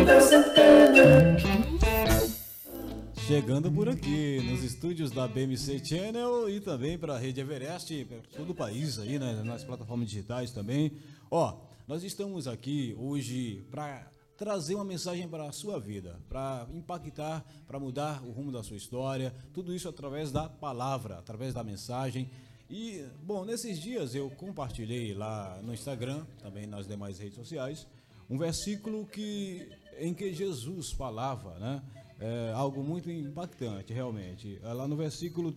Chegando por aqui, nos estúdios da BMC Channel e também para a Rede Everest, para todo o país aí, né, nas plataformas digitais também. Ó, nós estamos aqui hoje para trazer uma mensagem para a sua vida, para impactar, para mudar o rumo da sua história, tudo isso através da palavra, através da mensagem. E, bom, nesses dias eu compartilhei lá no Instagram, também nas demais redes sociais, um versículo em que Jesus falava, né? Algo muito impactante, realmente. Lá no versículo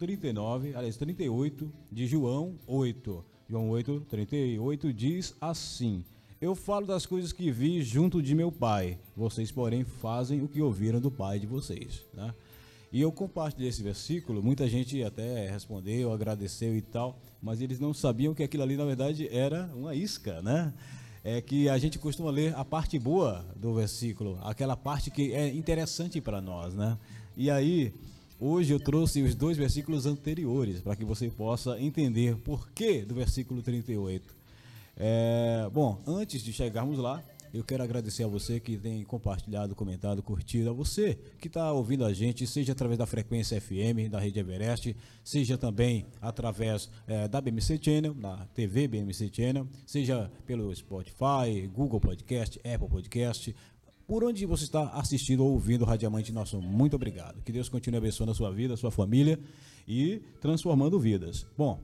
38 de João 8. João 8, 38 diz assim: eu falo das coisas que vi junto de meu Pai, vocês, porém, fazem o que ouviram do Pai de vocês, né? E eu compartilhei esse versículo, muita gente até respondeu, agradeceu e tal, mas eles não sabiam que aquilo ali, na verdade, era uma isca, né? É que a gente costuma ler a parte boa do versículo, aquela parte que é interessante para nós, né? E aí, hoje eu trouxe os dois versículos anteriores, para que você possa entender por que do versículo 38. Bom, antes de chegarmos lá, eu quero agradecer a você que tem compartilhado, comentado, curtido, a você que está ouvindo a gente, seja através da frequência FM, da Rede Everest, seja também através da BMC Channel, na TV BMC Channel, seja pelo Spotify, Google Podcast, Apple Podcast, por onde você está assistindo ou ouvindo o Radiamante Nosso. Muito obrigado. Que Deus continue abençoando a sua vida, a sua família e transformando vidas. Bom,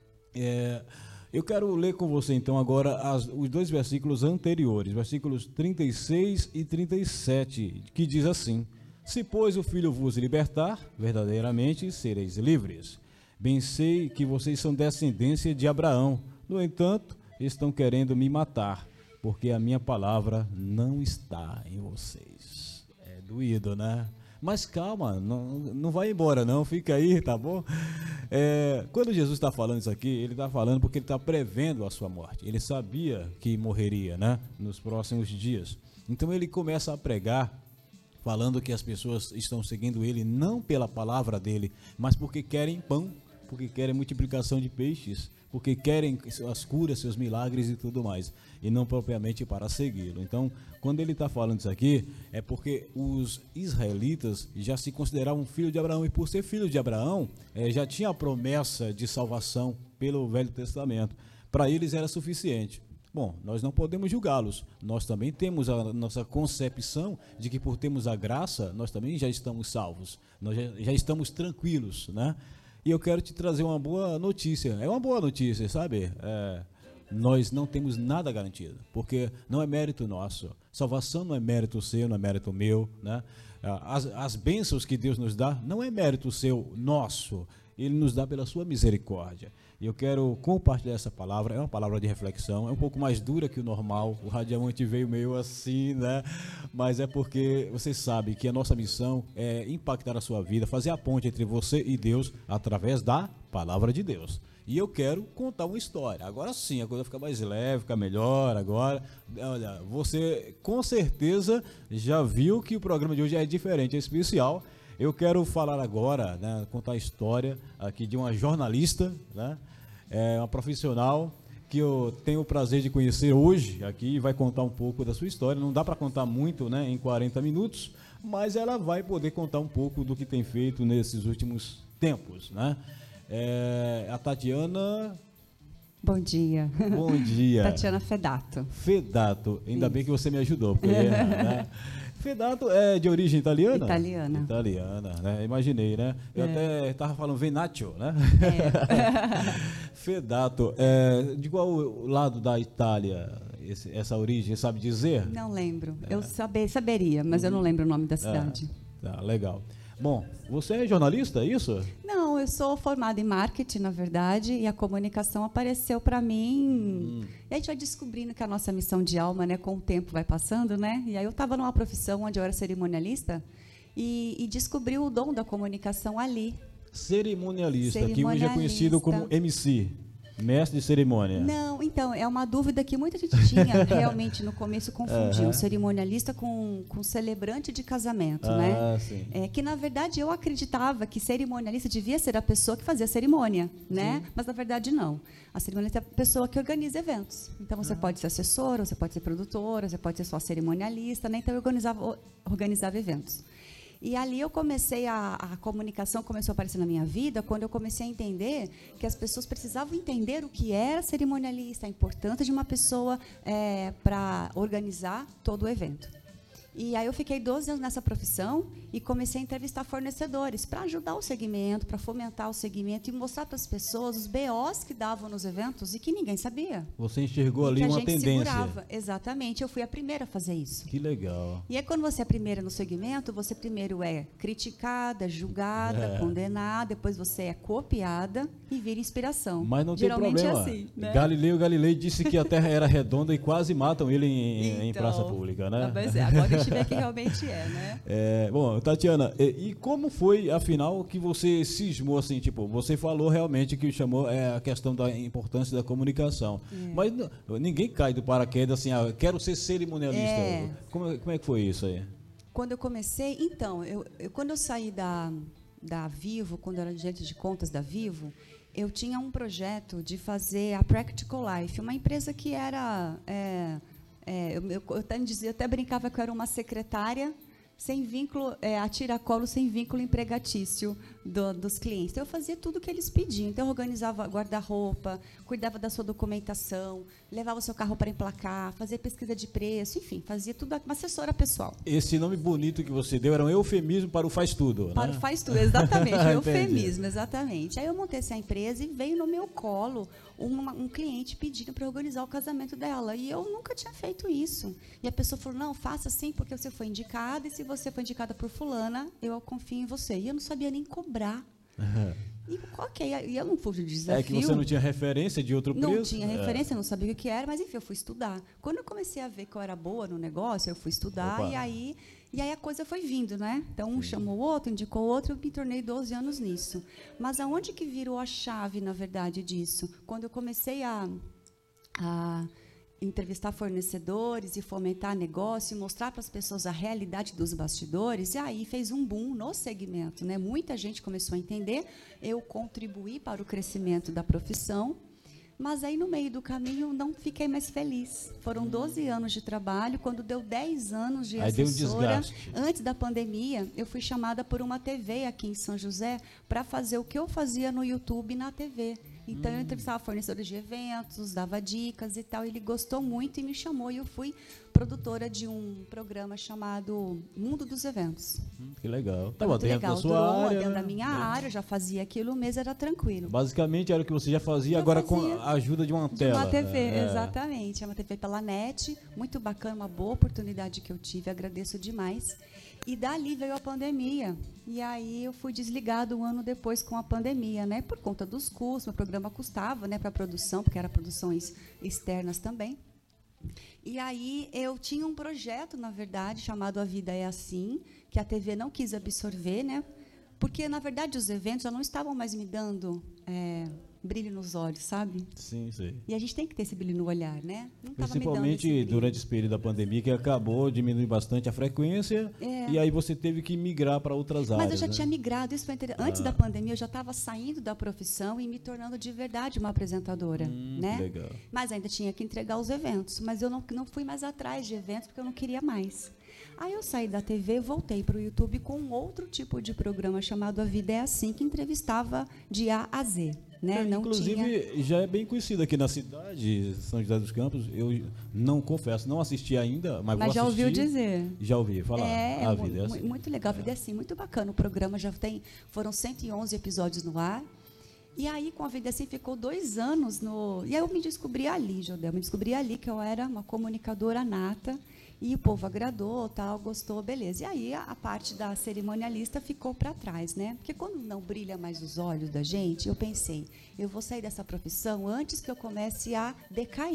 eu quero ler com você, então, agora os dois versículos anteriores, versículos 36 e 37, que diz assim: se, pois, o Filho vos libertar, verdadeiramente sereis livres. Bem sei que vocês são descendência de Abraão, no entanto, estão querendo me matar, porque a minha palavra não está em vocês. É doído, né? Mas calma, não vai embora não, fica aí, tá bom? Quando Jesus está falando isso aqui, ele está falando porque ele está prevendo a sua morte. Ele sabia que morreria, né, nos próximos dias. Então ele começa a pregar, falando que as pessoas estão seguindo ele não pela palavra dele, mas porque querem pão, porque querem multiplicação de peixes, porque querem as curas, seus milagres e tudo mais, e não propriamente para segui-lo. Então, quando ele está falando isso aqui, é porque os israelitas já se consideravam filho de Abraão, e por ser filho de Abraão, já tinha a promessa de salvação pelo Velho Testamento. Para eles era suficiente. Bom, nós não podemos julgá-los, nós também temos a nossa concepção de que por termos a graça, nós também já estamos salvos, nós já estamos tranquilos, né? E eu quero te trazer uma boa notícia, é uma boa notícia, sabe? Nós não temos nada garantido, porque não é mérito nosso, salvação não é mérito seu, não é mérito meu, né? As bênçãos que Deus nos dá não é mérito seu, nosso, Ele nos dá pela sua misericórdia. E eu quero compartilhar essa palavra, é uma palavra de reflexão, é um pouco mais dura que o normal, o Radiamante veio meio assim, né? Mas é porque você sabe que a nossa missão é impactar a sua vida, fazer a ponte entre você e Deus através da palavra de Deus. E eu quero contar uma história. Agora sim, a coisa fica mais leve, fica melhor agora. Olha, você com certeza já viu que o programa de hoje é diferente, é especial. Eu quero falar agora, né, contar a história aqui de uma jornalista, né, uma profissional que eu tenho o prazer de conhecer hoje aqui e vai contar um pouco da sua história. Não dá para contar muito, né, em 40 minutos, mas ela vai poder contar um pouco do que tem feito nesses últimos tempos, né? A Tatiana... Bom dia. Bom dia. Tatiana Fedato. Fedato, ainda bem que você me ajudou, porque eu ia errar, né? Fedato é de origem italiana? Italiana. Italiana, né? Imaginei, né? Eu até estava falando Venatio, né? Fedato, de qual lado da Itália essa origem, sabe dizer? Não lembro. Eu saberia, mas eu não lembro o nome da cidade. Tá, legal. Bom, você é jornalista, é isso? Não, eu sou formada em marketing, na verdade, e a comunicação apareceu para mim. E a gente vai descobrindo que a nossa missão de alma, né, com o tempo vai passando, né? E aí eu estava numa profissão onde eu era cerimonialista e descobri o dom da comunicação ali. Cerimonialista, que hoje é conhecido como MC. Mestre de cerimônia. Não, então, é uma dúvida que muita gente tinha, realmente, no começo confundiu cerimonialista com celebrante de casamento, né? Sim. Que, na verdade, eu acreditava que cerimonialista devia ser a pessoa que fazia a cerimônia, né? Sim. Mas, na verdade, não. A cerimonialista é a pessoa que organiza eventos. Então, você pode ser assessora, você pode ser produtora, você pode ser só cerimonialista, né? Então, eu organizava eventos. E ali eu comecei, a comunicação começou a aparecer na minha vida quando eu comecei a entender que as pessoas precisavam entender o que era cerimonialista, a importância de uma pessoa para organizar todo o evento. E aí eu fiquei 12 anos nessa profissão e comecei a entrevistar fornecedores para ajudar o segmento, para fomentar o segmento e mostrar para as pessoas os BOs que davam nos eventos e que ninguém sabia. Você enxergou ali uma tendência. Segurava. Exatamente, eu fui a primeira a fazer isso. Que legal. E aí quando você é a primeira no segmento, você primeiro é criticada, julgada, condenada, depois você é copiada e vira inspiração. Mas não Geralmente tem problema. É assim, né? Galilei disse que a Terra era redonda e quase matam ele em praça pública, né? Mas agora a gente vê que realmente é, né? Bom, Tatiana, e como foi, afinal, que você cismou, assim, tipo, você falou realmente que chamou a questão da importância da comunicação, mas ninguém cai do paraquedas assim, quero ser cerimonialista. Como é que foi isso aí? Quando eu comecei, então, quando eu saí da Vivo, quando eu era gerente de contas da Vivo, eu tinha um projeto de fazer a Practical Life, uma empresa que era... eu até brincava que eu era uma secretária sem vínculo, a tiracolo, sem vínculo empregatício dos clientes. Então, eu fazia tudo o que eles pediam. Então, eu organizava guarda-roupa, cuidava da sua documentação, levava o seu carro para emplacar, fazia pesquisa de preço, enfim, fazia tudo, uma assessora pessoal. Esse nome bonito que você deu era um eufemismo para o faz tudo, né? Para o faz tudo, exatamente, um eufemismo, exatamente. Aí eu montei essa empresa e veio no meu colo um cliente pedindo para organizar o casamento dela. E eu nunca tinha feito isso. E a pessoa falou, não, faça assim porque você foi indicada, e se você foi indicada por fulana, eu confio em você. E eu não sabia nem cobrar. E e eu não fui de desafio. É que você não tinha referência de outro preço? Não tinha referência, não sabia o que era, mas enfim, eu fui estudar. Quando eu comecei a ver que eu era boa no negócio, eu fui estudar e aí a coisa foi vindo, né? Então, um chamou o outro, indicou o outro, eu me tornei 12 anos nisso. Mas aonde que virou a chave, na verdade, disso? Quando eu comecei a entrevistar fornecedores e fomentar negócio, mostrar para as pessoas a realidade dos bastidores, e aí fez um boom no segmento, né? Muita gente começou a entender, eu contribuí para o crescimento da profissão, mas aí no meio do caminho não fiquei mais feliz. Foram 12 anos de trabalho, quando deu 10 anos de assessora, antes da pandemia, eu fui chamada por uma TV aqui em São José para fazer o que eu fazia no YouTube na TV. Então, eu entrevistava fornecedores de eventos, dava dicas e tal. Ele gostou muito e me chamou. E eu fui produtora de um programa chamado Mundo dos Eventos. Que legal. Estava dentro da sua área. Dentro da minha área, eu já fazia aquilo, o mês era tranquilo. Basicamente, era o que você já fazia, agora com a ajuda de uma tela. De uma TV, exatamente. É uma TV pela NET, muito bacana, uma boa oportunidade que eu tive, agradeço demais. E dali veio a pandemia. E aí eu fui desligado um ano depois com a pandemia, né? Por conta dos custos, meu programa custava, né, para a produção, porque eram produções externas também. E aí eu tinha um projeto, na verdade, chamado A Vida é Assim, que a TV não quis absorver, né? Porque, na verdade, os eventos já não estavam mais me dando brilho nos olhos, sabe? Sim, sim. E a gente tem que ter esse brilho no olhar, né? Não principalmente durante esse período da pandemia, que acabou diminuindo bastante a frequência, e aí você teve que migrar para outras áreas. Mas eu já tinha migrado, isso foi interessante. Antes da pandemia, eu já estava saindo da profissão e me tornando de verdade uma apresentadora, né? Legal. Mas ainda tinha que entregar os eventos, mas eu não fui mais atrás de eventos porque eu não queria mais. Aí eu saí da TV, voltei para o YouTube com um outro tipo de programa chamado A Vida é Assim, que entrevistava de A a Z. Né? Inclusive, já é bem conhecido aqui na cidade, São José dos Campos. Eu não confesso, não assisti ainda, mas vou assistir. Já ouviu dizer? Já ouvi falar. A Vida é Assim. Muito legal, A Vida é Assim, muito bacana. O programa foram 111 episódios no ar. E aí, com A Vida é Assim, ficou 2 anos no... E aí eu me descobri ali, Jodel, que eu era uma comunicadora nata. E o povo agradou, tal, gostou, beleza. E aí a parte da cerimonialista ficou para trás, né? Porque quando não brilha mais os olhos da gente, eu pensei, eu vou sair dessa profissão antes que eu comece a decair,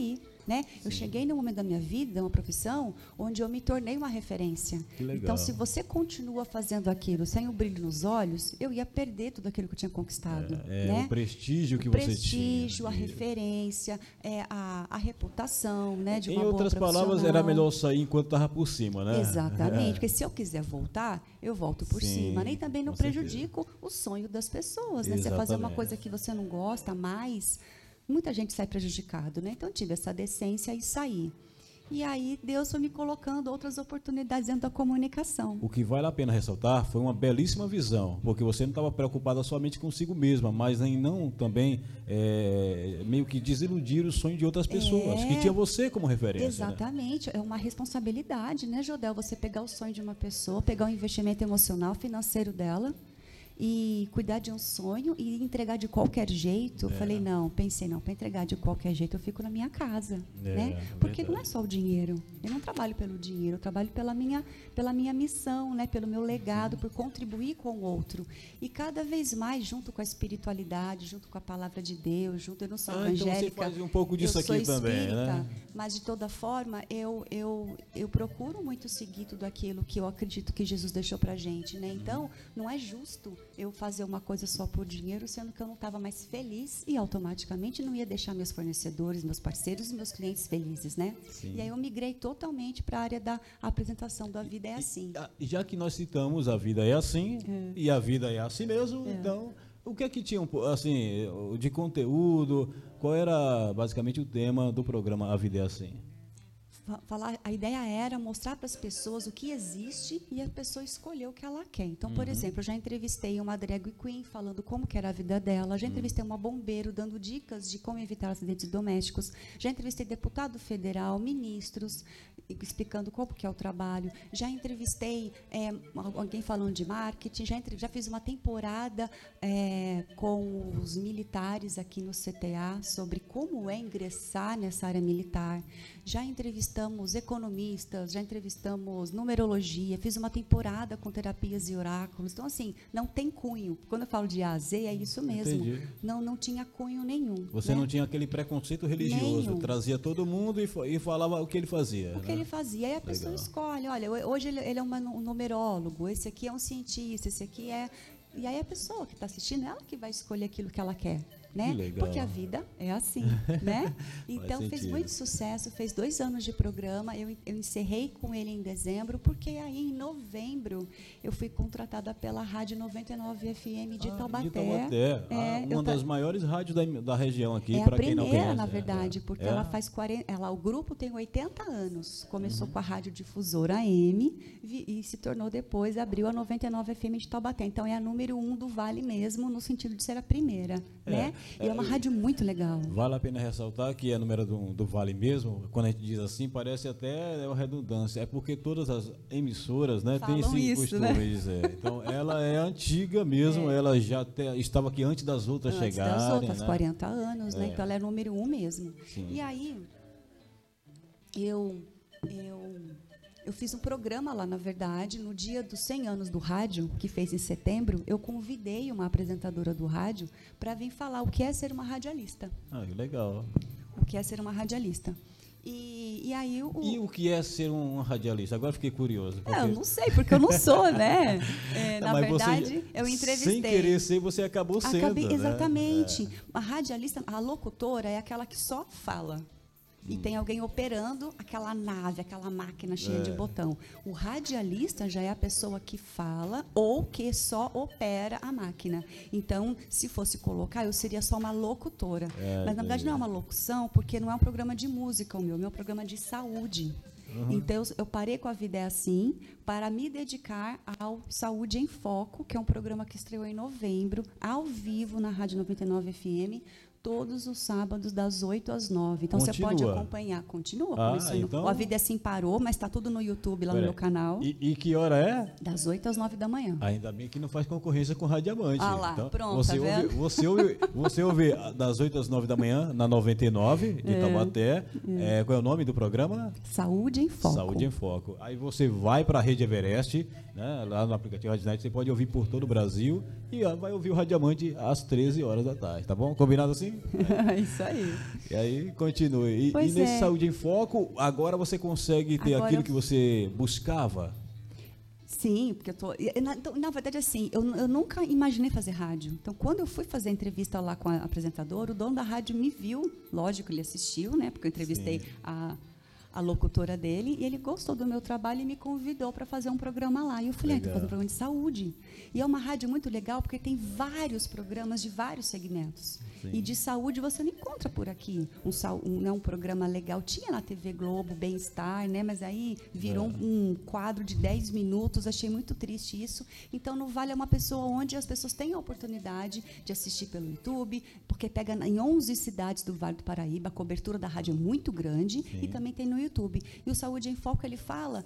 né? Eu cheguei no momento da minha vida, uma profissão, onde eu me tornei uma referência. Que legal. Então, se você continua fazendo aquilo sem o brilho nos olhos, eu ia perder tudo aquilo que eu tinha conquistado. Né? O prestígio que o você tinha. prestígio, a referência, a reputação, né, de uma Em boa outras palavras, era melhor sair enquanto estava por cima, né? Exatamente, porque se eu quiser voltar, eu volto por cima. Nem também não prejudico o sonho das pessoas, né? Você fazer uma coisa que você não gosta mais, muita gente sai prejudicado, né? Então, eu tive essa decência e saí. E aí, Deus foi me colocando outras oportunidades dentro da comunicação. O que vale a pena ressaltar foi uma belíssima visão, porque você não estava preocupada somente consigo mesma, mas nem não também meio que desiludir o sonho de outras pessoas, que tinha você como referência. Exatamente, né? É uma responsabilidade, né, Jodel? Você pegar o sonho de uma pessoa, pegar o investimento emocional, financeiro dela, e cuidar de um sonho e entregar de qualquer jeito. Eu falei, pensei, para entregar de qualquer jeito eu fico na minha casa, né? Porque não é só o dinheiro, eu não trabalho pelo dinheiro, eu trabalho pela minha missão, né? Pelo meu legado, por contribuir com o outro. E cada vez mais, junto com a espiritualidade, junto com a palavra de Deus, eu não sou evangélica, então você faz um pouco disso aqui espírita, também, né? Mas de toda forma, eu procuro muito seguir tudo aquilo que eu acredito que Jesus deixou pra gente, né? Então, não é justo eu fazer uma coisa só por dinheiro, sendo que eu não estava mais feliz e automaticamente não ia deixar meus fornecedores, meus parceiros e meus clientes felizes, né? Sim. E aí eu migrei totalmente para a área da apresentação da Vida é Assim. Já que nós citamos A Vida é Assim, e a vida é assim mesmo, então, o que é que tinha assim, de conteúdo, qual era basicamente o tema do programa A Vida é Assim? A ideia era mostrar para as pessoas o que existe e a pessoa escolher o que ela quer. Então, por exemplo, eu já entrevistei uma drag queen falando como que era a vida dela, já entrevistei uma bombeiro dando dicas de como evitar acidentes domésticos, já entrevistei deputado federal, ministros, explicando como que é o trabalho, já entrevistei alguém falando de marketing, já fiz uma temporada com os militares aqui no CTA sobre como é ingressar nessa área militar, já entrevistamos economistas, já entrevistamos numerologia, fiz uma temporada com terapias e oráculos. Então, assim, não tem cunho. Quando eu falo de A a Z, é isso mesmo. Entendi. Não tinha cunho nenhum. Você não tinha aquele preconceito religioso, trazia todo mundo e falava o que ele fazia. O que ele fazia. Aí a pessoa escolhe, olha, hoje ele é um numerólogo, esse aqui é um cientista, esse aqui é... E aí a pessoa que está assistindo, ela que vai escolher aquilo que ela quer. Né? Porque a vida é assim, né? Então fez muito sucesso, fez 2 anos de programa, eu encerrei com ele em dezembro, porque aí em novembro eu fui contratada pela Rádio 99 FM de Taubaté. Uma das maiores rádios da região aqui, para quem não conhece. É a primeira, na verdade, porque ela faz 40, o grupo tem 80 anos, começou com a Rádio Difusora AM e se tornou depois, abriu a 99 FM de Taubaté. Então é a número 1 do Vale mesmo, no sentido de ser a primeira, né? E é uma rádio muito legal. Vale a pena ressaltar que é a número do Vale mesmo, quando a gente diz assim, parece até uma redundância. É porque todas as emissoras, né, têm esse costume, né? Então, ela é antiga mesmo, ela já estava aqui antes das outras chegarem. Antes das outras, né? 40 anos, né? Então ela é número 1 mesmo. Sim. E aí, eu fiz um programa lá, na verdade, no dia dos 100 anos do rádio, que fez em setembro, eu convidei uma apresentadora do rádio para vir falar o que é ser uma radialista. Que legal. O que é ser uma radialista. E aí E o que é ser um radialista? Agora fiquei curioso. Porque... Eu não sei, porque eu não sou, né? Na verdade, eu entrevistei. Sem querer ser, você acabou sendo. Exatamente. Né? A radialista, a locutora é aquela que só fala. E tem alguém operando aquela nave, aquela máquina cheia de botão. O radialista já é a pessoa que fala ou que só opera a máquina. Então, se fosse colocar, eu seria só uma locutora. Mas, na verdade, não é uma locução, porque não é um programa de música o meu é um programa de saúde. Então, eu parei com A Vida é Assim para me dedicar ao Saúde em Foco, que é um programa que estreou em novembro, ao vivo na Rádio 99 FM, todos os sábados, das 8 às 9. Então, você pode acompanhar. Continua. Então... A Vida Assim parou, mas está tudo no YouTube, lá no meu canal. E que hora é? Das 8 às 9 da manhã. Ainda bem que não faz concorrência com Rádio Diamante. Lá, então, pronto, você ouve das 8 às 9 da manhã, na 99, de Taubaté. Qual é o nome do programa? Saúde em Foco. Saúde em Foco. Aí você vai para a Rede Everest, né, lá no aplicativo Radiosnet, você pode ouvir por todo o Brasil e vai ouvir o Rádio Diamante às 13 horas da tarde, tá bom? Combinado assim? assim? Isso aí. E aí, continue. E nesse é. Saúde em Foco, agora você consegue ter Agora aquilo que você buscava? Sim, porque eu tô. Na verdade, assim, eu nunca imaginei fazer rádio. Então, quando eu fui fazer a entrevista lá com a apresentadora, o dono da rádio me viu, lógico, ele assistiu, né? Porque eu entrevistei a locutora dele, e ele gostou do meu trabalho e me convidou para fazer um programa lá. E eu falei, estou fazendo um programa de saúde. E é uma rádio muito legal, porque tem vários programas de vários segmentos. Sim. E de saúde você não encontra por aqui. Um programa legal. Tinha na TV Globo, Bem-Estar, né? Mas aí virou um quadro de 10 minutos. Achei muito triste isso. Então, no Vale é uma pessoa onde as pessoas têm a oportunidade de assistir pelo YouTube, porque pega em 11 cidades do Vale do Paraíba. A cobertura da rádio é muito grande. Sim. E também tem no YouTube. E o Saúde em Foco, ele fala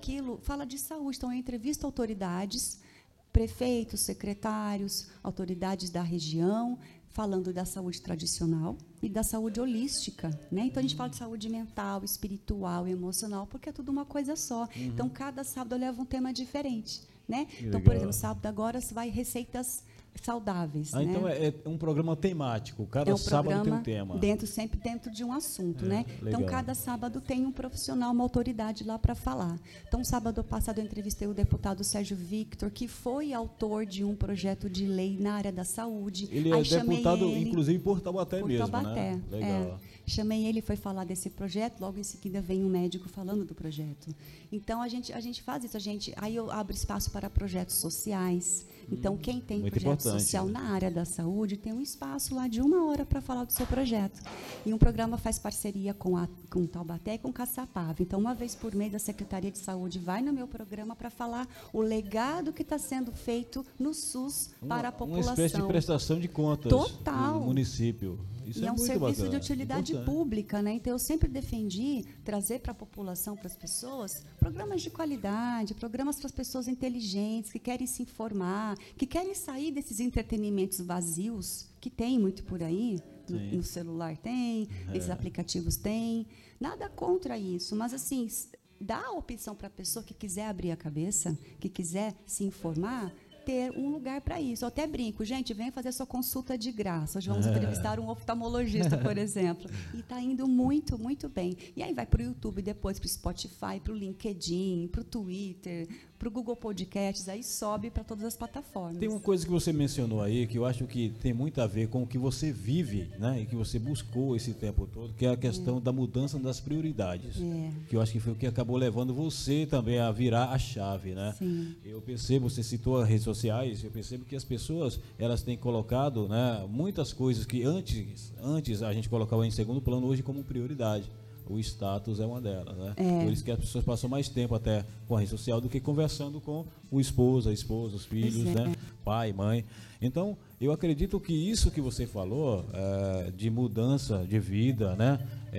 de saúde. Então, eu entrevisto autoridades, prefeitos, secretários, autoridades da região, falando da saúde tradicional e da saúde holística, né? Então, a gente fala de saúde mental, espiritual e emocional, porque é tudo uma coisa só. Então, cada sábado eu levo um tema diferente, né? Então, por exemplo, sábado agora vai receitas saudáveis. Então né? é um programa temático, cada sábado tem um tema. Sempre dentro de um assunto, né? Legal. Então, cada sábado tem um profissional, uma autoridade lá para falar. Então, sábado passado eu entrevistei o deputado Sérgio Victor, que foi autor de um projeto de lei na área da saúde. Ele é deputado, inclusive, por Taubaté mesmo, Taubaté, né? Legal. Chamei ele, foi falar desse projeto, logo em seguida vem um médico falando do projeto. Então, a gente faz isso. Aí eu abro espaço para projetos sociais. Então, quem tem projeto social na área da saúde tem um espaço lá de 1 hora para falar do seu projeto. E um programa faz parceria com Taubaté e com Caçapava. Então, uma vez por mês, a Secretaria de Saúde vai no meu programa para falar o legado que está sendo feito no SUS para a população. Uma espécie de prestação de contas total do município. Isso é um muito serviço bacana, de utilidade pública, né? Então, eu sempre defendi trazer para a população, para as pessoas, programas de qualidade, programas para as pessoas inteligentes, que querem se informar, que querem sair desses entretenimentos vazios, que tem muito por aí, no celular tem, esses aplicativos tem. Nada contra isso, mas, assim, dá a opção para a pessoa que quiser abrir a cabeça, que quiser se informar, ter um lugar para isso. Eu até brinco, gente, venha fazer sua consulta de graça. Hoje vamos entrevistar um oftalmologista, por exemplo. E está indo muito, muito bem. E aí vai para o YouTube, depois para o Spotify, para o LinkedIn, para o Twitter, para o Google Podcasts, aí sobe para todas as plataformas. Tem uma coisa que você mencionou aí, que eu acho que tem muito a ver com o que você vive, né, e que você buscou esse tempo todo, que é a questão da mudança das prioridades. Que eu acho que foi o que acabou levando você também a virar a chave, né? Sim. Eu percebo, você citou as redes sociais, eu percebo que as pessoas, elas têm colocado, né, muitas coisas que antes a gente colocava em segundo plano, hoje como prioridade. O status é uma delas, né? Por isso que as pessoas passam mais tempo até com a rede social do que conversando com o esposo, a esposa, os filhos, né? Pai, mãe. Então, eu acredito que isso que você falou, de mudança de vida, né?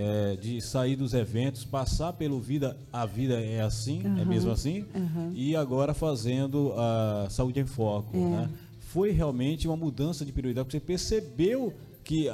De sair dos eventos, passar pelo a vida é assim, é mesmo assim, e agora fazendo a Saúde em Foco, né? Foi realmente uma mudança de prioridade, porque você percebeu que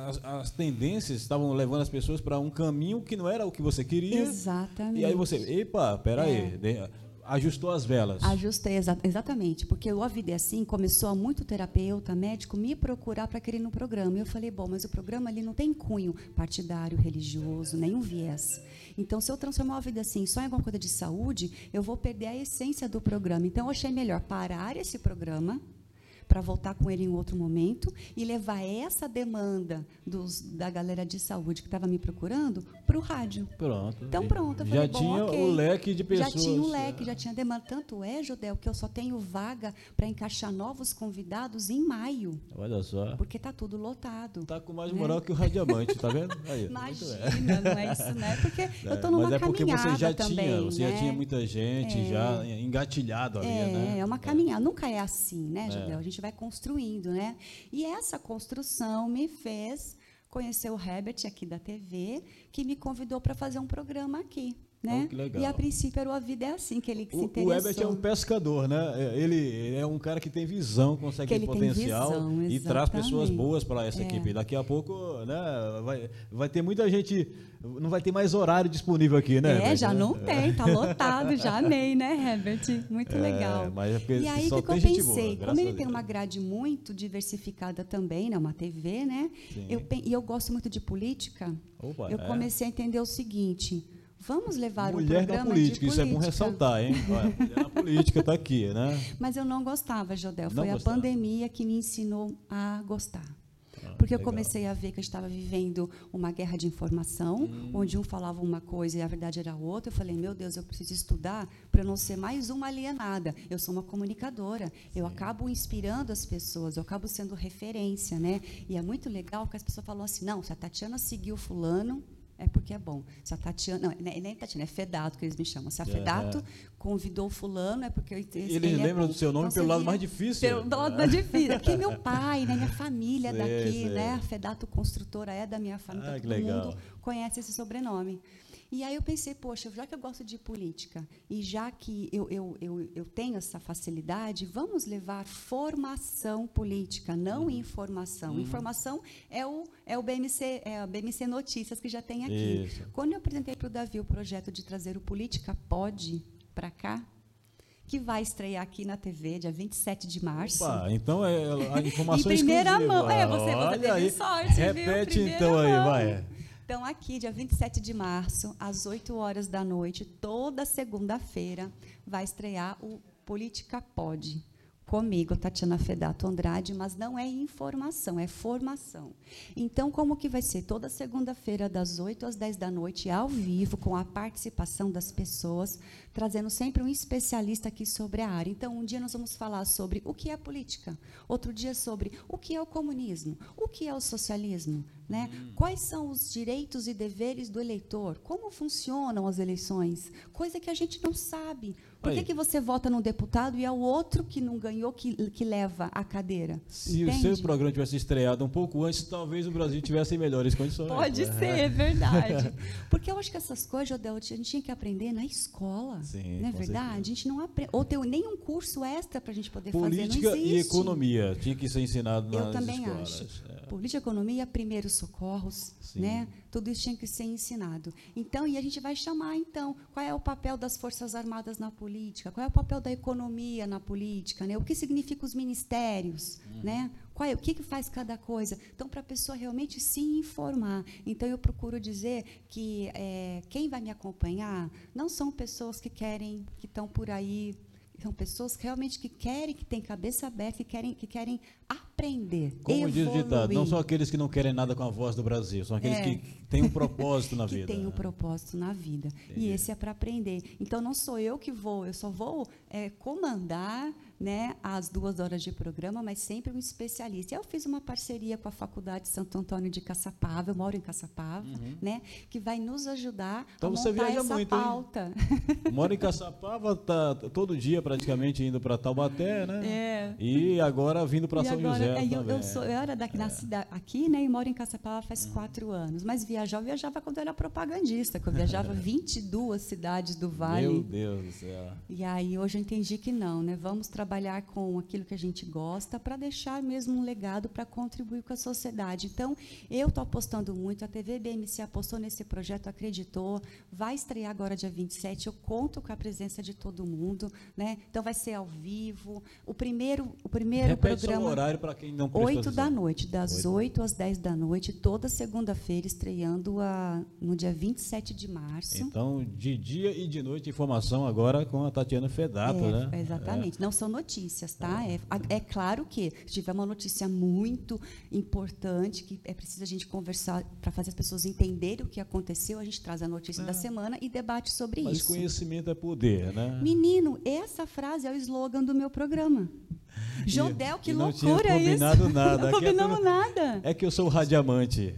as tendências estavam levando as pessoas para um caminho que não era o que você queria. Exatamente. E aí você, peraí, ajustou as velas. Ajustei, exatamente, porque o A Vida é Assim começou a muito terapeuta, médico, me procurar para querer ir no programa. E eu falei, bom, mas o programa ali não tem cunho partidário, religioso, nenhum viés. Então, se eu transformar a Vida Assim só em alguma coisa de saúde, eu vou perder a essência do programa. Então, eu achei melhor parar esse programa para voltar com ele em outro momento e levar essa demanda da galera de saúde que estava me procurando para o rádio. Pronto. Então, pronto. Eu já falei, tinha o leque de pessoas. Já tinha um leque, já tinha demanda. Tanto Judel, que eu só tenho vaga para encaixar novos convidados em maio. Olha só. Porque está tudo lotado. Está com mais moral que o Radiamante, tá vendo? Aí, imagina, não é isso, né? Porque eu estou numa caminhada porque você já também, já tinha muita gente já engatilhado ali, né? É uma caminhada. Nunca é assim, né, Judel? A gente vai construindo, né? E essa construção me fez conhecer o Herbert aqui da TV, que me convidou para fazer um programa aqui. Né? Que legal. E a princípio era o A Vida é Assim, que ele se interessou. O Herbert é um pescador, né? Ele é um cara que tem visão, consegue ter potencial e traz pessoas boas para essa equipe. Daqui a pouco, né, vai ter muita gente, não vai ter mais horário disponível aqui, né? Herbert? Já não tem, tá lotado, já amei, né, Herbert? Muito legal. Mas e aí só que eu pensei, como ele tem uma grade muito diversificada também, né, uma TV, né? E eu gosto muito de política. Eu comecei a entender o seguinte: vamos levar um programa na política, de política. Isso é bom ressaltar, hein? Mulher na política está aqui, né? Mas eu não gostava, Jodel. Foi a pandemia que me ensinou a gostar. Porque eu comecei a ver que eu estava vivendo uma guerra de informação, onde um falava uma coisa e a verdade era outra. Eu falei, meu Deus, eu preciso estudar para não ser mais uma alienada. Eu sou uma comunicadora, eu acabo inspirando as pessoas, eu acabo sendo referência, né? E é muito legal que as pessoas falam assim, não, se a Tatiana seguiu fulano, é porque é bom. Se a Tatiana, não, nem Tatiana, é Fedato que eles me chamam. Se a Fedato convidou fulano, é porque eles lembram do seu nome pelo lado mais difícil. Pelo lado mais difícil. Aqui é meu pai, né, minha família é daqui, né? A Fedato Construtora é da minha família. Todo mundo conhece esse sobrenome. E aí eu pensei, poxa, já que eu gosto de política e já que eu tenho essa facilidade, vamos levar formação política, não informação. Informação é o BMC, é a BMC Notícias que já tem aqui. Isso. Quando eu apresentei para o Davi o projeto de trazer o Política Pode para cá, que vai estrear aqui na TV, dia 27 de março. Opa, então a informação em primeira exclusiva. mão. Você teve sorte, repete, viu? Então aí, vai. Então, aqui, dia 27 de março, às 8 horas da noite, toda segunda-feira, vai estrear o Política Pode. Comigo, Tatiana Fedato Andrade, mas não é informação, é formação. Então, como que vai ser? Toda segunda-feira, das 8 às 10 da noite, ao vivo, com a participação das pessoas, trazendo sempre um especialista aqui sobre a área. Então, um dia nós vamos falar sobre o que é política, outro dia sobre o que é o comunismo, o que é o socialismo, né? Quais são os direitos e deveres do eleitor, como funcionam as eleições, coisa que a gente não sabe. Por que você vota num deputado e é o outro que não ganhou que leva a cadeira? Se o seu programa tivesse estreado um pouco antes, talvez o Brasil tivesse em melhores condições. Pode ser, é verdade. Porque eu acho que essas coisas, Jodel, a gente tinha que aprender na escola. Sim, não é verdade? Certeza. A gente não aprende. Ou ter nenhum curso extra para a gente poder fazer. Política e economia tinha que ser ensinado nas escolas. Eu também acho. Política e economia, primeiros socorros, né? Tudo isso tinha que ser ensinado. Então, e a gente vai chamar, então, qual é o papel das Forças Armadas na política? Qual é o papel da economia na política? Né? O que significa os ministérios? Né? O que faz cada coisa? Então, para a pessoa realmente se informar. Então, eu procuro dizer que quem vai me acompanhar não são pessoas que estão por aí. São pessoas que realmente querem, que têm cabeça aberta, que querem aprender, como evoluir. Diz o ditado, não são aqueles que não querem nada com a voz do Brasil, são aqueles que têm um propósito na vida. Que têm um propósito na vida. Entendi. E esse é para aprender. Então, não sou eu que vou, eu só vou comandar, né, as 2 horas de programa, mas sempre um especialista. Eu fiz uma parceria com a Faculdade de Santo Antônio de Caçapava, eu moro em Caçapava, né, que vai nos ajudar a montar essa muito, pauta. Mora em Caçapava, tá todo dia praticamente indo para Taubaté, né? E agora vindo para São José. Eu era daqui na cidade, aqui, né, e moro em Caçapava faz 4 anos, mas eu viajava quando eu era propagandista, que eu viajava 22 cidades do Vale. Meu Deus do céu. E aí hoje eu entendi que não, né? Vamos trabalhar com aquilo que a gente gosta para deixar mesmo um legado para contribuir com a sociedade. Então, eu estou apostando muito, a TV BMC apostou nesse projeto, acreditou, vai estrear agora dia 27, eu conto com a presença de todo mundo, né? Então vai ser ao vivo. O primeiro Repete programa, só o horário para quem não 8 da noite, das 8 às 10 da noite, toda segunda-feira, estreando no dia 27 de março. Então, de dia e de noite, informação agora com a Tatiana Fedato, né? Exatamente. Não são notícias, tá? É claro que se tiver uma notícia muito importante, que é preciso a gente conversar para fazer as pessoas entenderem o que aconteceu, a gente traz a notícia da semana e debate sobre isso. Mas conhecimento é poder, né? Menino, essa frase é o slogan do meu programa. Jodel, que loucura isso! Não combinado nada. Não combinamos nada. É que eu sou o radiamante.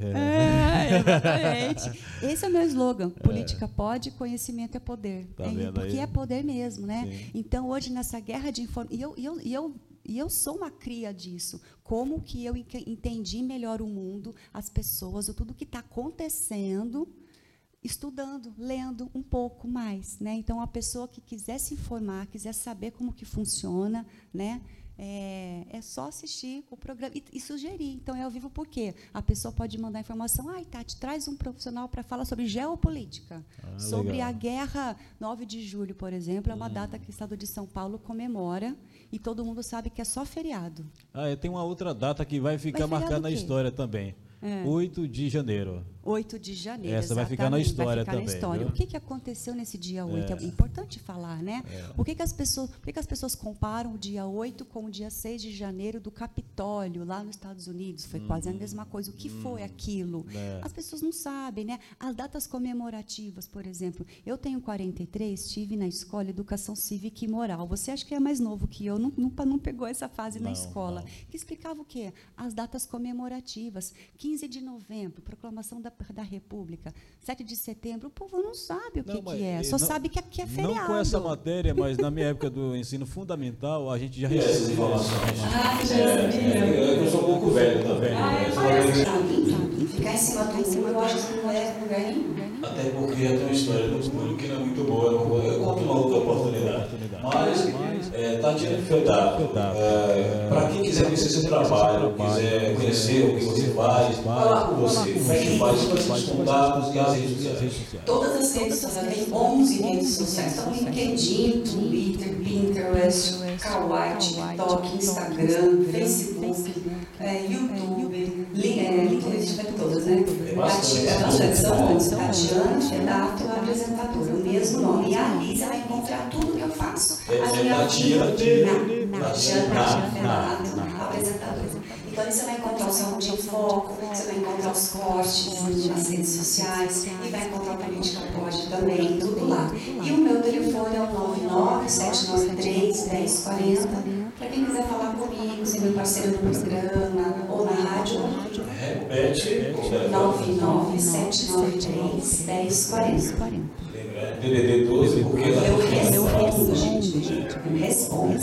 Exatamente. Esse é o meu slogan. Política pode, conhecimento é poder. Tá vendo porque aí? É poder mesmo, né? Sim. Então, hoje, nessa guerra de informação... E eu sou uma cria disso. Como que eu entendi melhor o mundo, as pessoas, tudo que está acontecendo, estudando, lendo um pouco mais, né? Então, a pessoa que quiser se informar, quiser saber como que funciona, né? É só assistir o programa e sugerir. Então, é ao vivo por quê? A pessoa pode mandar informação. Tati, traz um profissional para falar sobre geopolítica, sobre legal. a guerra 9 de julho, por exemplo, é uma data que o Estado de São Paulo comemora e todo mundo sabe que é só feriado. Tem uma outra data que vai ficar marcada na história também. 8 de janeiro. 8 de janeiro, essa vai ficar na história também. O que aconteceu nesse dia 8? É importante falar, né? Por que as pessoas comparam o dia 8 com o dia 6 de janeiro do Capitólio, lá nos Estados Unidos? Foi quase a mesma coisa. O que foi aquilo? As pessoas não sabem, né? As datas comemorativas, por exemplo. Eu tenho 43, estive na escola Educação Cívica e Moral. Você acha que é mais novo que eu, não pegou essa fase na escola. Que explicava o quê? As datas comemorativas. 15 de novembro, proclamação da República. 7 de setembro, o povo não sabe o que é, só sabe que aqui é feriado. Não com essa matéria, mas na minha época do ensino fundamental, a gente já recebeu essas informações. Eu sou um pouco velho também. Ficar em cima do muro, eu acho que não é lugar nenhum. Até porque tem uma história do muro que não é muito boa, eu conto uma outra oportunidade. Mas Tatiana Feodato, para quem quiser conhecer seu trabalho, quiser conhecer o que você faz, falar com você, como é que faz, quais são os contatos e as redes sociais? Todas as redes sociais, tem 11 redes sociais, então LinkedIn, Twitter, Pinterest, Kawaii, TikTok, Instagram, Facebook, YouTube, LinkedIn, vai todas, né? São Tatiana Feodato, a apresentadora, o mesmo nome. E ali você vai encontrar tudo que eu faço. A minha Tatiana Feodato, apresentadora. Então, ali você vai encontrar o Saúde em Foco, você vai encontrar os cortes nas redes sociais e vai encontrar a Política Pode também, tudo lá. E o meu telefone é o 997931040. Para quem quiser falar comigo, ser meu parceiro no programa ou na rádio. Repete. 997931040. DDD 12, porque eu respondo, gente. Eu respondo.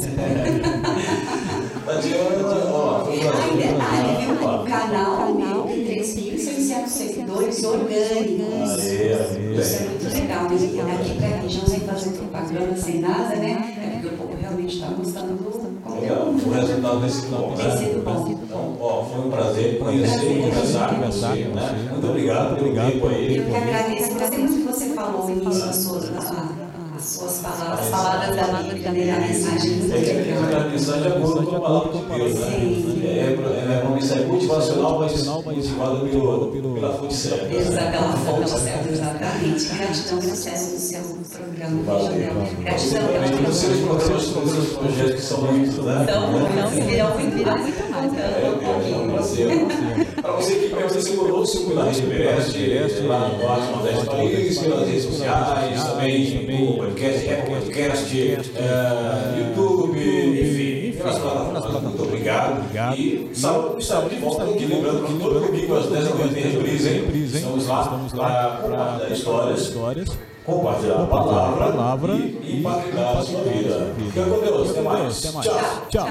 Aí, detalhe, viu? O canal meu tem 3.600 seguidores orgânicos. Isso é muito legal. Aqui pra mim, não sei fazer propaganda sem nada, né? É porque o povo realmente está gostando do conteúdo. O resultado desse bom, né? Tem sido bom. Então, foi um prazer conhecer e conversar com você, né? Muito obrigado pelo tempo aí. Eu que agradeço. Gostei muito que você falou no início as suas palavras, as palavras da Bíblia, né? A mensagem muito legal. A mensagem é boa com a palavra de Deus, né? É uma mensagem motivacional, mas motivada pela fonte certa. Pela fonte certa, exatamente. Gratidão pelo sucesso do seu programa. Gratidão pelo seus projetos que são muitos, né? Virão muito mais. É um prazer. Para você que conhece conosco pela Rede Everest, lá no Norte Nordeste do país, pelas redes sociais, também no podcast, YouTube, enfim, pelas plataformas. Muito obrigado. E sábado estamos de volta aqui, lembrando que todo domingo às 10 da manhã tem reprise, hein? Estamos lá para compartilhar histórias, compartilhar a palavra e impactar a sua vida. Fica com Deus. Até mais. Tchau.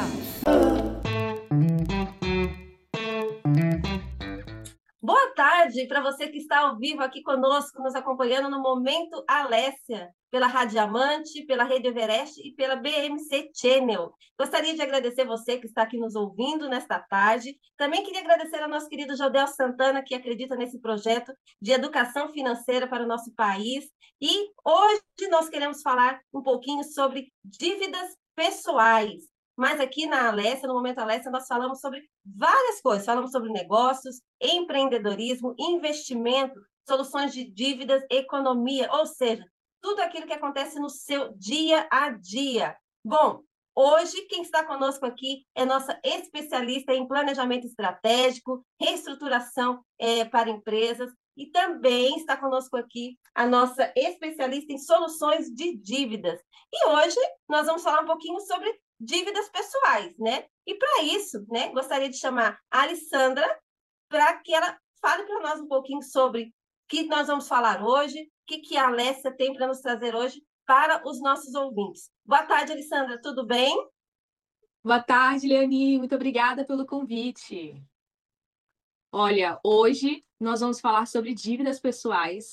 Boa tarde para você que está ao vivo aqui conosco, nos acompanhando no Momento Alessia, pela Rádio Amante, pela Rede Everest e pela BMC Channel. Gostaria de agradecer você que está aqui nos ouvindo nesta tarde. Também queria agradecer ao nosso querido Jodel Santana, que acredita nesse projeto de educação financeira para o nosso país. E hoje nós queremos falar um pouquinho sobre dívidas pessoais. Mas aqui na Alessia, no Momento Alessia, nós falamos sobre várias coisas. Falamos sobre negócios, empreendedorismo, investimento, soluções de dívidas, economia, ou seja, tudo aquilo que acontece no seu dia a dia. Bom, hoje quem está conosco aqui é nossa especialista em planejamento estratégico, reestruturação para empresas, e também está conosco aqui a nossa especialista em soluções de dívidas. E hoje nós vamos falar um pouquinho sobre dívidas pessoais, né? E para isso, né, gostaria de chamar a Alessandra para que ela fale para nós um pouquinho sobre o que nós vamos falar hoje, o que a Alessia tem para nos trazer hoje para os nossos ouvintes. Boa tarde, Alessandra, tudo bem? Boa tarde, Leoni, muito obrigada pelo convite. Olha, hoje nós vamos falar sobre dívidas pessoais,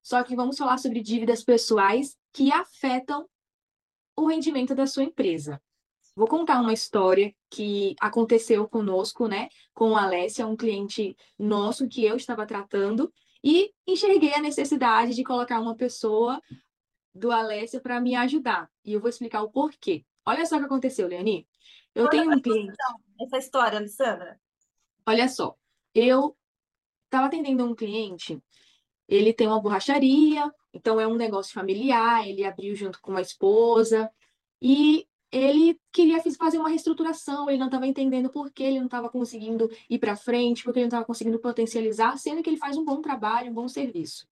Só que vamos falar sobre dívidas pessoais que afetam o rendimento da sua empresa. Vou contar uma história que aconteceu conosco, né, com a Alessia, um cliente nosso que eu estava tratando, e enxerguei a necessidade de colocar uma pessoa do Alessia para me ajudar. E eu vou explicar o porquê. Olha só o que aconteceu, Leoni. Eu Conta tenho pra um gente, cliente, então, essa história, Alessandra. olha só, eu estava atendendo um cliente, ele tem uma borracharia, então é um negócio familiar, ele abriu junto com uma esposa, e ele queria fazer uma reestruturação, ele não estava entendendo por que ele não estava conseguindo ir para frente, porque ele não estava conseguindo potencializar, sendo que ele faz um bom trabalho, um bom serviço.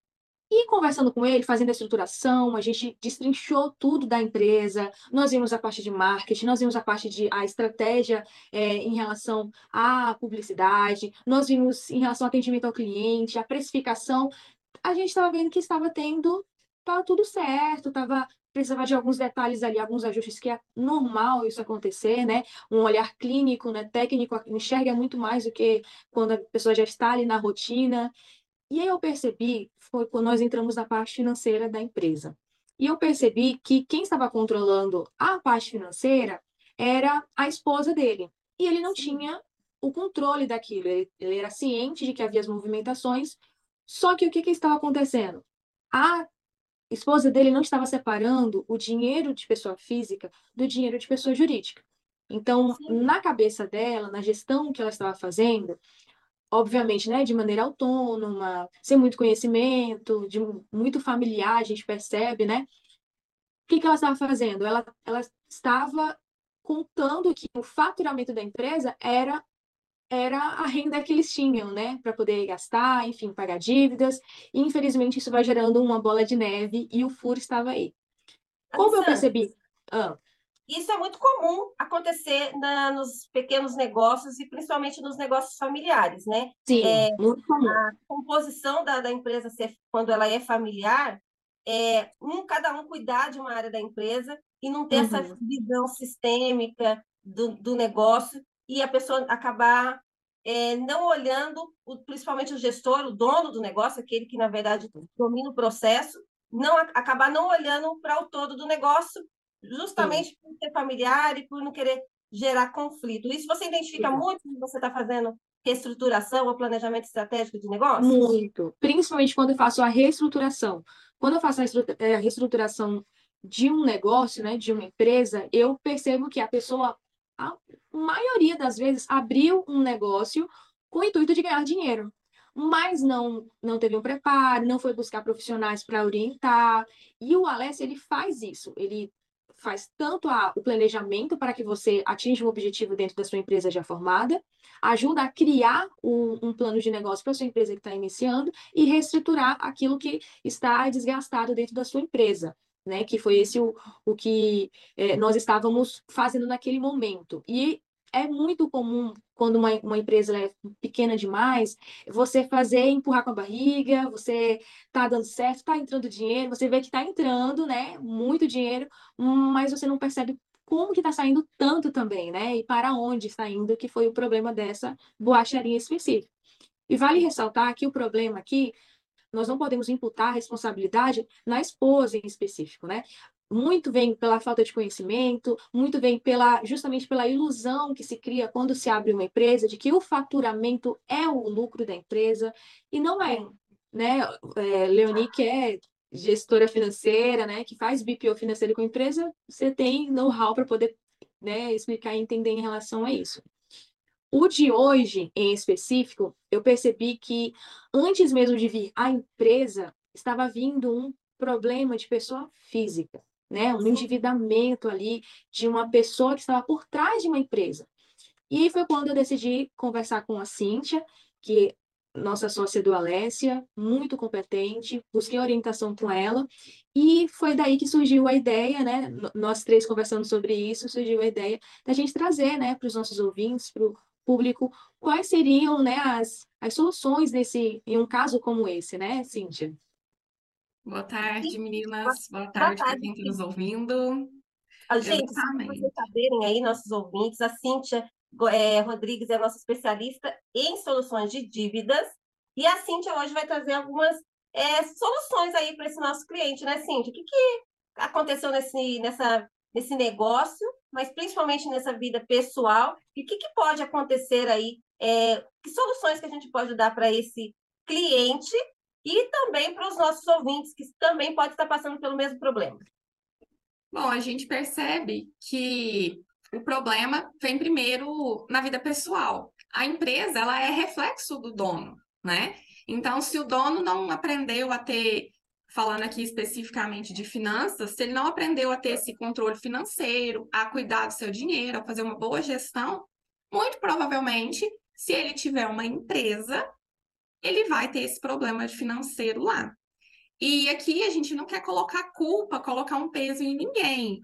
E conversando com ele, fazendo a estruturação, a gente destrinchou tudo da empresa, nós vimos a parte de marketing, nós vimos a parte de a estratégia em relação à publicidade, nós vimos em relação ao atendimento ao cliente, a precificação. A gente estava vendo que estava tudo certo, precisava de alguns detalhes ali, alguns ajustes, que é normal isso acontecer, né? Um olhar clínico, né, técnico, enxerga muito mais do que quando a pessoa já está ali na rotina. E aí eu percebi, foi quando nós entramos na parte financeira da empresa. E eu percebi que quem estava controlando a parte financeira era a esposa dele. E ele não tinha o controle daquilo. Ele era ciente de que havia as movimentações, só que o que estava acontecendo? A esposa dele não estava separando o dinheiro de pessoa física do dinheiro de pessoa jurídica. Então, Sim. na cabeça dela, na gestão que ela estava fazendo, obviamente, né, de maneira autônoma, sem muito conhecimento, muito familiar, a gente percebe, né? O que ela estava fazendo? Ela estava contando que o faturamento da empresa era a renda que eles tinham, né, para poder gastar, enfim, pagar dívidas. E, infelizmente, isso vai gerando uma bola de neve e o furo estava aí. Como eu Alessandra, percebi? Ah, isso é muito comum acontecer nos pequenos negócios e principalmente nos negócios familiares, né? sim, muito comum. A composição da empresa, quando ela é familiar, cada um cuidar de uma área da empresa e não ter essa Uhum. visão sistêmica do negócio e a pessoa acabar não olhando, principalmente o gestor, o dono do negócio, aquele que, na verdade, domina o processo, acabar não olhando para o todo do negócio, Sim, justamente por ser familiar e por não querer gerar conflito. Isso você identifica exato. muito quando você está fazendo reestruturação ou planejamento estratégico de negócios? Muito. Principalmente quando eu faço a reestruturação. Quando eu faço a reestruturação de um negócio, né, de uma empresa, eu percebo que a pessoa, a maioria das vezes, abriu um negócio com o intuito de ganhar dinheiro, mas não teve um preparo, não foi buscar profissionais para orientar. E o Alessio, ele faz isso. Ele faz tanto o planejamento para que você atinja um objetivo dentro da sua empresa já formada, ajuda a criar um plano de negócio para a sua empresa que está iniciando e reestruturar aquilo que está desgastado dentro da sua empresa, né? Que foi esse o que nós estávamos fazendo naquele momento. E é muito comum, quando uma empresa é pequena demais, você empurrar com a barriga, você tá dando certo, tá entrando dinheiro, você vê que tá entrando, né? Muito dinheiro, mas você não percebe como que está saindo tanto também, né? E para onde está indo, que foi o problema dessa borracharia específica. E vale ressaltar que o problema aqui, nós não podemos imputar a responsabilidade na esposa em específico, né? Muito vem pela falta de conhecimento, muito vem justamente pela ilusão que se cria quando se abre uma empresa, de que o faturamento é o lucro da empresa, e não é, né? Leoni, que é gestora financeira, né, que faz BPO financeiro com a empresa, você tem know-how para poder, né, explicar e entender em relação a isso. O de hoje, em específico, eu percebi que antes mesmo de vir a empresa, estava vindo um problema de pessoa física, né? Um Sim. endividamento ali de uma pessoa que estava por trás de uma empresa. E foi quando eu decidi conversar com a Cíntia, que nossa sócia do Alessia, muito competente, busquei orientação com ela, e foi daí que surgiu a ideia, né? Nós três conversando sobre isso, surgiu a ideia da gente trazer, né, para os nossos ouvintes, para o público, quais seriam, né, as soluções em um caso como esse, né, Cíntia? Boa tarde, Boa meninas. Boa boa tarde para tarde, quem está nos Cíntia. ouvindo. Gente, só para vocês Exatamente. saberem aí, nossos ouvintes, a Cíntia Rodrigues é a nossa especialista em soluções de dívidas, e a Cíntia hoje vai trazer algumas soluções aí para esse nosso cliente, né, Cíntia? O que aconteceu nesse negócio, mas principalmente nessa vida pessoal, e o que pode acontecer aí, que soluções que a gente pode dar para esse cliente e também para os nossos ouvintes, que também podem estar passando pelo mesmo problema. Bom, a gente percebe que o problema vem primeiro na vida pessoal. A empresa, ela é reflexo do dono, né? Então, se o dono não aprendeu a ter, falando aqui especificamente de finanças, se ele não aprendeu a ter esse controle financeiro, a cuidar do seu dinheiro, a fazer uma boa gestão, muito provavelmente, se ele tiver uma empresa, ele vai ter esse problema financeiro lá. E aqui a gente não quer colocar culpa, colocar um peso em ninguém.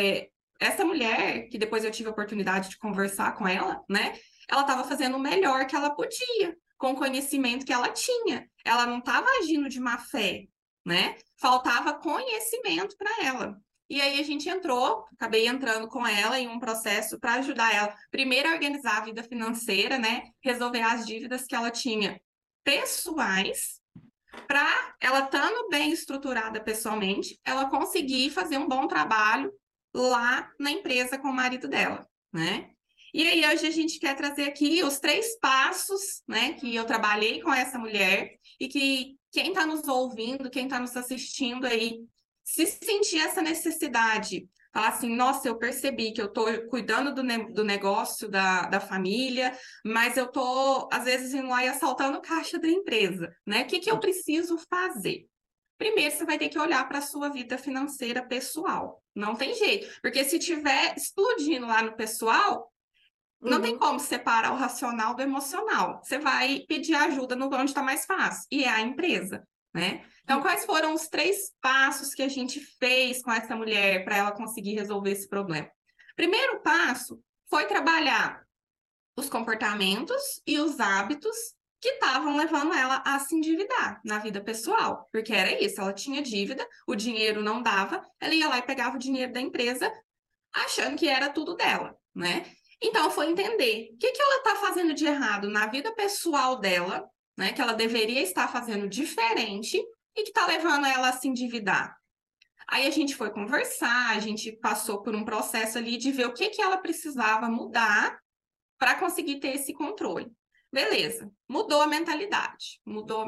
Essa mulher, que depois eu tive a oportunidade de conversar com ela, né? Ela estava fazendo o melhor que ela podia, com o conhecimento que ela tinha. Ela não estava agindo de má fé, né? Faltava conhecimento para ela. E aí a gente acabei entrando com ela em um processo para ajudar ela, primeiro a organizar a vida financeira, né? Resolver as dívidas que ela tinha pessoais, para ela estando bem estruturada pessoalmente, ela conseguir fazer um bom trabalho lá na empresa com o marido dela, né? E aí hoje a gente quer trazer aqui os 3 passos, né, que eu trabalhei com essa mulher e que quem está nos ouvindo, quem está nos assistindo aí, se sentir essa necessidade, falar assim, nossa, eu percebi que eu estou cuidando do negócio da família, mas eu estou, às vezes, indo lá e assaltando caixa da empresa, né? O que eu preciso fazer? Primeiro, você vai ter que olhar para a sua vida financeira pessoal. Não tem jeito, porque se tiver explodindo lá no pessoal, não tem como separar o racional do emocional. Você vai pedir ajuda no onde está mais fácil, e é a empresa, né? Então, quais foram os 3 passos que a gente fez com essa mulher para ela conseguir resolver esse problema? Primeiro passo foi trabalhar os comportamentos e os hábitos que estavam levando ela a se endividar na vida pessoal, porque era isso, ela tinha dívida, o dinheiro não dava, ela ia lá e pegava o dinheiro da empresa achando que era tudo dela, né? Então, foi entender o que ela está fazendo de errado na vida pessoal dela, né? Que ela deveria estar fazendo diferente e que está levando ela a se endividar. Aí a gente foi conversar, a gente passou por um processo ali de ver o que ela precisava mudar para conseguir ter esse controle. Beleza, mudou a mentalidade,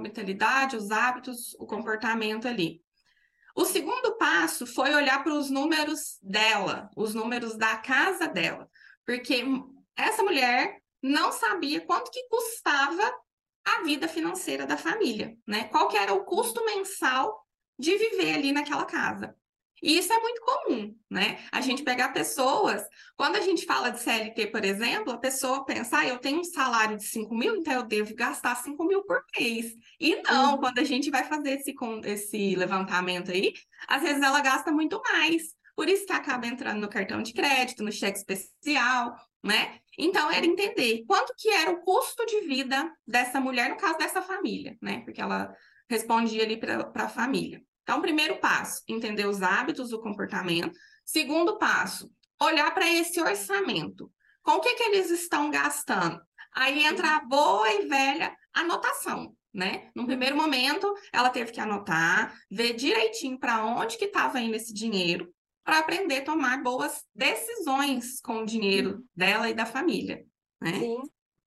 os hábitos, o comportamento ali. O segundo passo foi olhar para os números dela, os números da casa dela, porque essa mulher não sabia quanto que custava a vida financeira da família, né? Qual que era o custo mensal de viver ali naquela casa. E isso é muito comum, né? A gente pegar pessoas, quando a gente fala de CLT, por exemplo, a pessoa pensa, eu tenho um salário de 5 mil, então eu devo gastar 5 mil por mês. E não, quando a gente vai fazer esse levantamento aí, às vezes ela gasta muito mais. Por isso que acaba entrando no cartão de crédito, no cheque especial, né? Então, era entender quanto que era o custo de vida dessa mulher, no caso dessa família, né? Porque ela respondia ali para a família. Então, primeiro passo, entender os hábitos, o comportamento. Segundo passo, olhar para esse orçamento. Com o que eles estão gastando? Aí entra a boa e velha anotação, né? No primeiro momento, ela teve que anotar, ver direitinho para onde que estava indo esse dinheiro, para aprender a tomar boas decisões com o dinheiro dela e da família, né? Sim.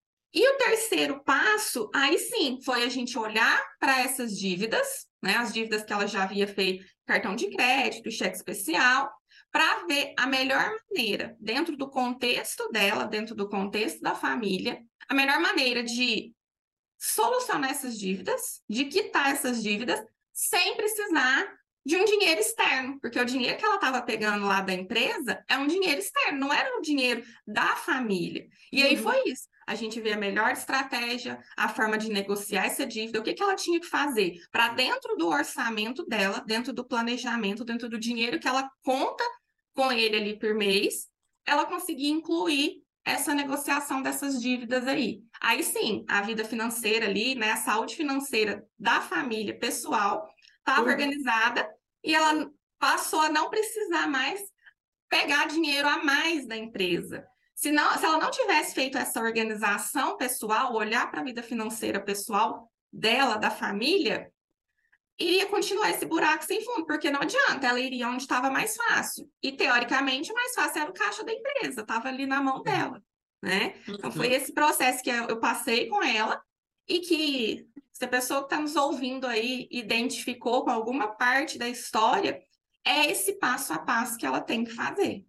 E o terceiro passo, aí sim, foi a gente olhar para essas dívidas, né? As dívidas que ela já havia feito, cartão de crédito, cheque especial, para ver a melhor maneira, dentro do contexto dela, dentro do contexto da família, a melhor maneira de solucionar essas dívidas, de quitar essas dívidas, sem precisar de um dinheiro externo, porque o dinheiro que ela estava pegando lá da empresa é um dinheiro externo, não era um dinheiro da família. E aí foi isso. A gente vê a melhor estratégia, a forma de negociar essa dívida, o que ela tinha que fazer para dentro do orçamento dela, dentro do planejamento, dentro do dinheiro que ela conta com ele ali por mês, ela conseguir incluir essa negociação dessas dívidas aí. Aí sim, a vida financeira ali, né, a saúde financeira da família pessoal estava organizada e ela passou a não precisar mais pegar dinheiro a mais da empresa. Se ela não tivesse feito essa organização pessoal, olhar para a vida financeira pessoal dela, da família, iria continuar esse buraco sem fundo, porque não adianta, ela iria onde estava mais fácil. E, teoricamente, o mais fácil era o caixa da empresa, estava ali na mão dela, né? Então, foi esse processo que eu passei com ela e que, se a pessoa que está nos ouvindo aí identificou com alguma parte da história, é esse passo a passo que ela tem que fazer.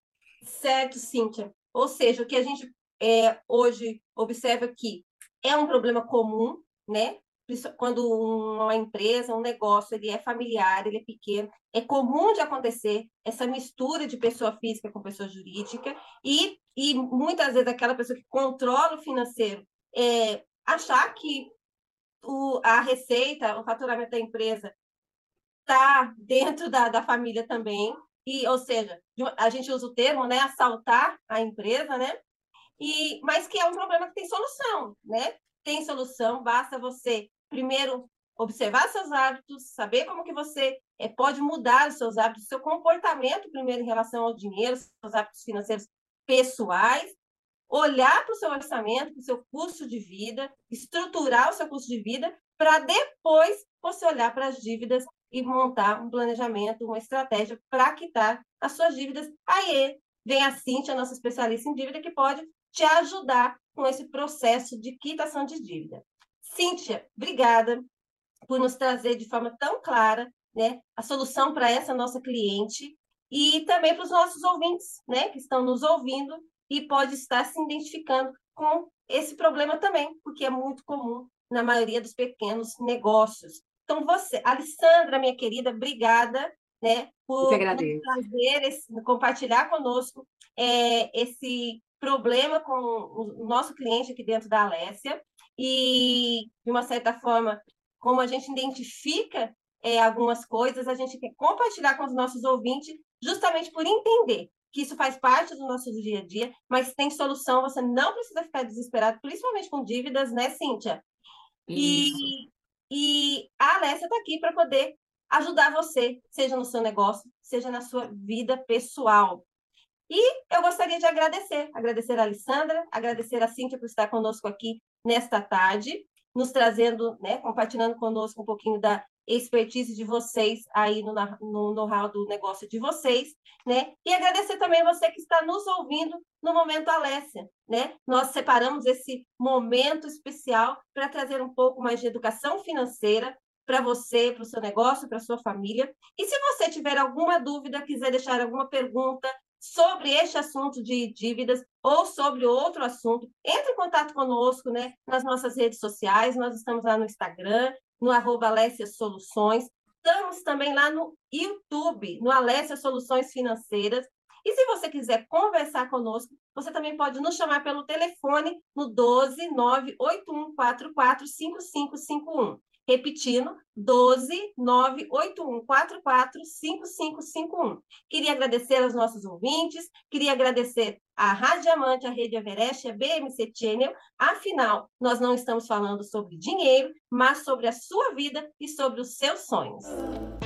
Certo, Cíntia. Ou seja, o que a gente hoje observa aqui é um problema comum, né? Quando uma empresa, um negócio, ele é familiar, ele é pequeno, é comum de acontecer essa mistura de pessoa física com pessoa jurídica e muitas vezes aquela pessoa que controla o financeiro achar que a receita, o faturamento da empresa está dentro da família também, ou seja, a gente usa o termo, né, assaltar a empresa, né? Mas que é um problema que tem solução, né? Tem solução, basta você primeiro observar seus hábitos, saber como que você pode mudar os seus hábitos, seu comportamento primeiro em relação ao dinheiro, seus hábitos financeiros pessoais, olhar para o seu orçamento, para o seu custo de vida, estruturar o seu custo de vida, para depois você olhar para as dívidas e montar um planejamento, uma estratégia para quitar as suas dívidas. Aí vem a Cíntia, nossa especialista em dívida, que pode te ajudar com esse processo de quitação de dívida. Cíntia, obrigada por nos trazer de forma tão clara, né, a solução para essa nossa cliente e também para os nossos ouvintes, né, que estão nos ouvindo e pode estar se identificando com esse problema também, porque é muito comum na maioria dos pequenos negócios. Então, você, Alessandra, minha querida, obrigada, né, por trazer compartilhar conosco esse problema com o nosso cliente aqui dentro da Alessia e, de uma certa forma, como a gente identifica algumas coisas, a gente quer compartilhar com os nossos ouvintes, justamente por entender que isso faz parte do nosso dia a dia, mas tem solução, você não precisa ficar desesperado, principalmente com dívidas, né, Cíntia? E a Alessia está aqui para poder ajudar você, seja no seu negócio, seja na sua vida pessoal. E eu gostaria de agradecer a Alessandra, agradecer a Cíntia por estar conosco aqui nesta tarde, nos trazendo, né, compartilhando conosco um pouquinho da expertise de vocês aí no know-how do negócio de vocês, né? E agradecer também você que está nos ouvindo no Momento Alessia, né? Nós separamos esse momento especial para trazer um pouco mais de educação financeira para você, para o seu negócio, para a sua família. E se você tiver alguma dúvida, quiser deixar alguma pergunta sobre este assunto de dívidas ou sobre outro assunto, entre em contato conosco, né, nas nossas redes sociais. Nós estamos lá no Instagram, no @Alessia Soluções. Estamos também lá no YouTube, no Alessia Soluções Financeiras. E se você quiser conversar conosco, você também pode nos chamar pelo telefone no 12 98144 5551. Repetindo, 12 98144 5551. Queria agradecer aos nossos ouvintes, queria agradecer à Rádio Amante, à Rede Everest, à BMC Channel. Afinal, nós não estamos falando sobre dinheiro, mas sobre a sua vida e sobre os seus sonhos.